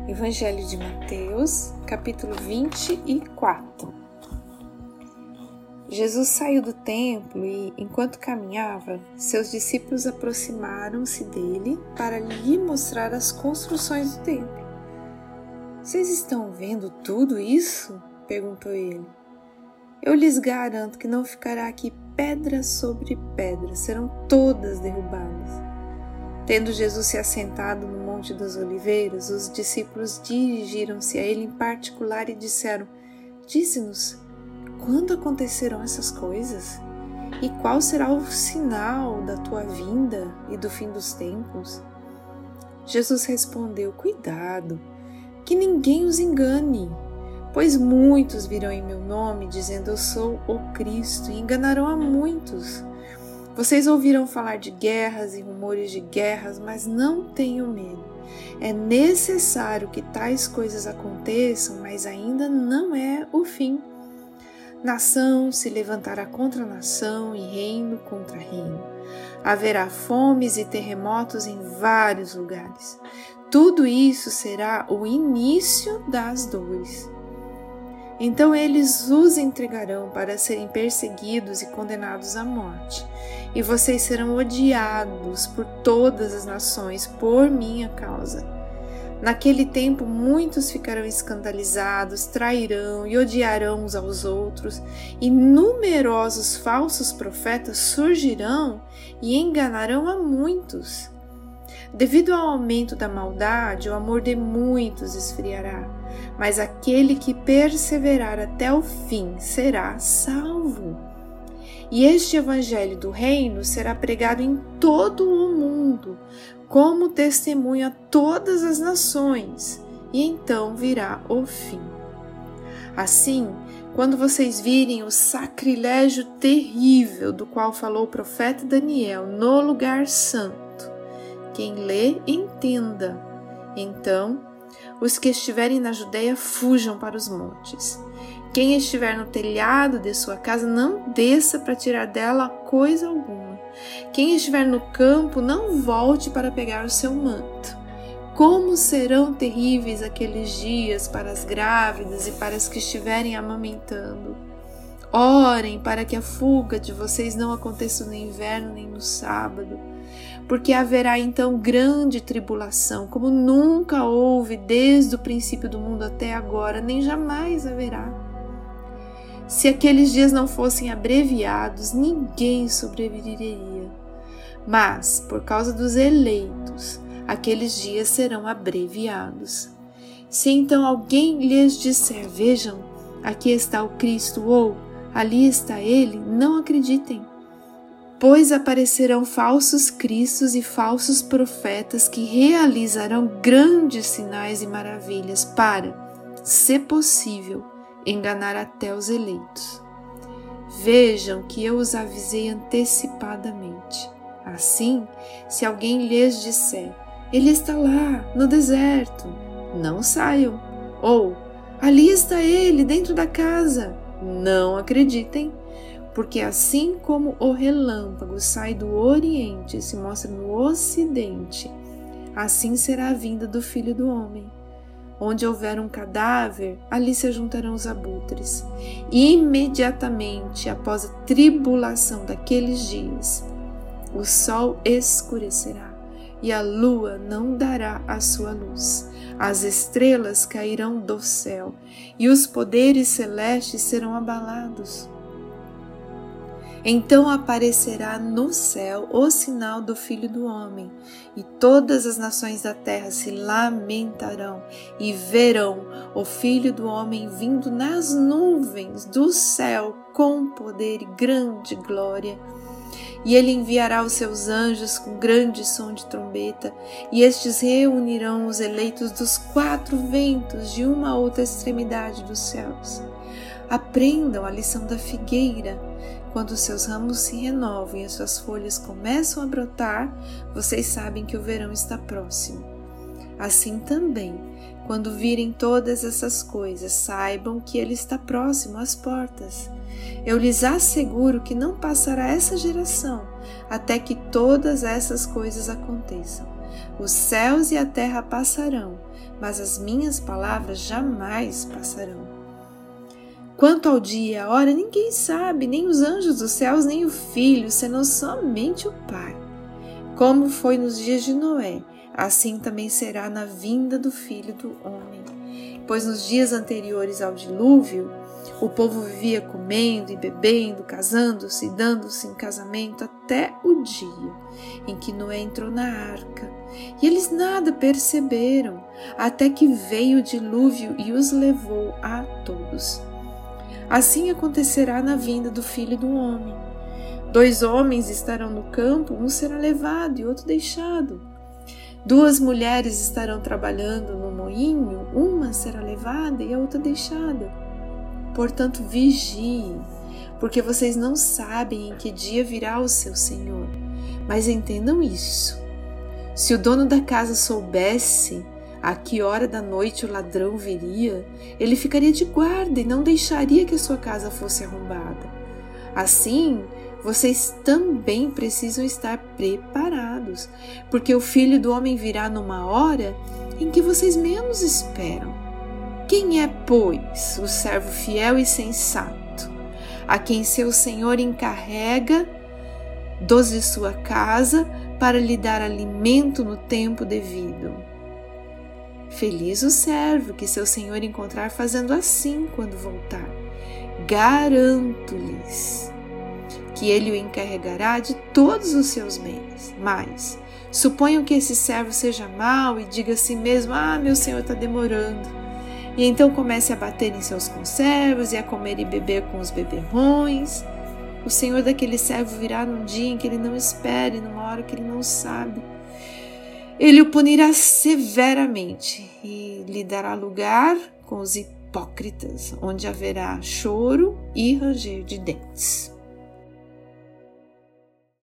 Evangelho de Mateus, capítulo 24. Jesus saiu do templo e, enquanto caminhava, seus discípulos aproximaram-se dele para lhe mostrar as construções do templo. "Vocês estão vendo tudo isso?" perguntou ele. "Eu lhes garanto que não ficará aqui pedra sobre pedra, serão todas derrubadas." Tendo Jesus se assentado no Monte das Oliveiras, os discípulos dirigiram-se a ele em particular e disseram: "Dize-nos, quando acontecerão essas coisas? E qual será o sinal da tua vinda e do fim dos tempos?" Jesus respondeu: "Cuidado, que ninguém os engane, pois muitos virão em meu nome, dizendo eu sou o Cristo, e enganarão a muitos. Vocês ouvirão falar de guerras e rumores de guerras, mas não tenham medo. É necessário que tais coisas aconteçam, mas ainda não é o fim. Nação se levantará contra nação e reino contra reino. Haverá fomes e terremotos em vários lugares. Tudo isso será o início das dores. Então eles os entregarão para serem perseguidos e condenados à morte. E vocês serão odiados por todas as nações por minha causa. Naquele tempo muitos ficarão escandalizados, trairão e odiarão uns aos outros, e numerosos falsos profetas surgirão e enganarão a muitos. Devido ao aumento da maldade, o amor de muitos esfriará, mas aquele que perseverar até o fim será salvo. E este evangelho do reino será pregado em todo o mundo, como testemunho a todas as nações, e então virá o fim. Assim, quando vocês virem o sacrilégio terrível do qual falou o profeta Daniel no lugar santo, quem lê, entenda. Então, os que estiverem na Judeia fujam para os montes. Quem estiver no telhado de sua casa, não desça para tirar dela coisa alguma. Quem estiver no campo, não volte para pegar o seu manto. Como serão terríveis aqueles dias para as grávidas e para as que estiverem amamentando. Orem para que a fuga de vocês não aconteça no inverno nem no sábado, porque haverá então grande tribulação, como nunca houve desde o princípio do mundo até agora, nem jamais haverá. Se aqueles dias não fossem abreviados, ninguém sobreviveria. Mas, por causa dos eleitos, aqueles dias serão abreviados. Se então alguém lhes disser, vejam, aqui está o Cristo, ou ali está ele, não acreditem. Pois aparecerão falsos cristos e falsos profetas que realizarão grandes sinais e maravilhas para, se possível, enganar até os eleitos. Vejam que eu os avisei antecipadamente. Assim, se alguém lhes disser, ele está lá, no deserto, não saiam. Ou, ali está ele, dentro da casa, não acreditem. Porque assim como o relâmpago sai do Oriente e se mostra no Ocidente, assim será a vinda do Filho do Homem. Onde houver um cadáver, ali se juntarão os abutres. Imediatamente após a tribulação daqueles dias, o sol escurecerá e a lua não dará a sua luz. As estrelas cairão do céu e os poderes celestes serão abalados. Então aparecerá no céu o sinal do Filho do Homem, e todas as nações da terra se lamentarão e verão o Filho do Homem vindo nas nuvens do céu com poder e grande glória. E ele enviará os seus anjos com grande som de trombeta, e estes reunirão os eleitos dos 4 ventos de uma a outra extremidade dos céus. Aprendam a lição da figueira. Quando os seus ramos se renovam e as suas folhas começam a brotar, vocês sabem que o verão está próximo. Assim também, quando virem todas essas coisas, saibam que ele está próximo às portas. Eu lhes asseguro que não passará essa geração até que todas essas coisas aconteçam. Os céus e a terra passarão, mas as minhas palavras jamais passarão. Quanto ao dia e à hora, ninguém sabe, nem os anjos dos céus, nem o Filho, senão somente o Pai. Como foi nos dias de Noé, assim também será na vinda do Filho do Homem. Pois nos dias anteriores ao dilúvio, o povo vivia comendo e bebendo, casando-se e dando-se em casamento até o dia em que Noé entrou na arca. E eles nada perceberam, até que veio o dilúvio e os levou a todos. Assim acontecerá na vinda do Filho do Homem. 2 homens estarão no campo, um será levado e outro deixado. 2 mulheres estarão trabalhando no moinho, uma será levada e a outra deixada. Portanto, vigiem, porque vocês não sabem em que dia virá o seu Senhor. Mas entendam isso: se o dono da casa soubesse a que hora da noite o ladrão viria, ele ficaria de guarda e não deixaria que a sua casa fosse arrombada. Assim, vocês também precisam estar preparados, porque o Filho do Homem virá numa hora em que vocês menos esperam. Quem é, pois, o servo fiel e sensato, a quem seu senhor encarrega dos de sua casa para lhe dar alimento no tempo devido? Feliz o servo que seu senhor encontrar fazendo assim quando voltar. Garanto-lhes que ele o encarregará de todos os seus bens. Mas suponham que esse servo seja mau e diga a si mesmo: meu senhor está demorando. E então comece a bater em seus conservos e a comer e beber com os beberrões. O senhor daquele servo virá num dia em que ele não espere, numa hora que ele não sabe. Ele o punirá severamente e lhe dará lugar com os hipócritas, onde haverá choro e ranger de dentes.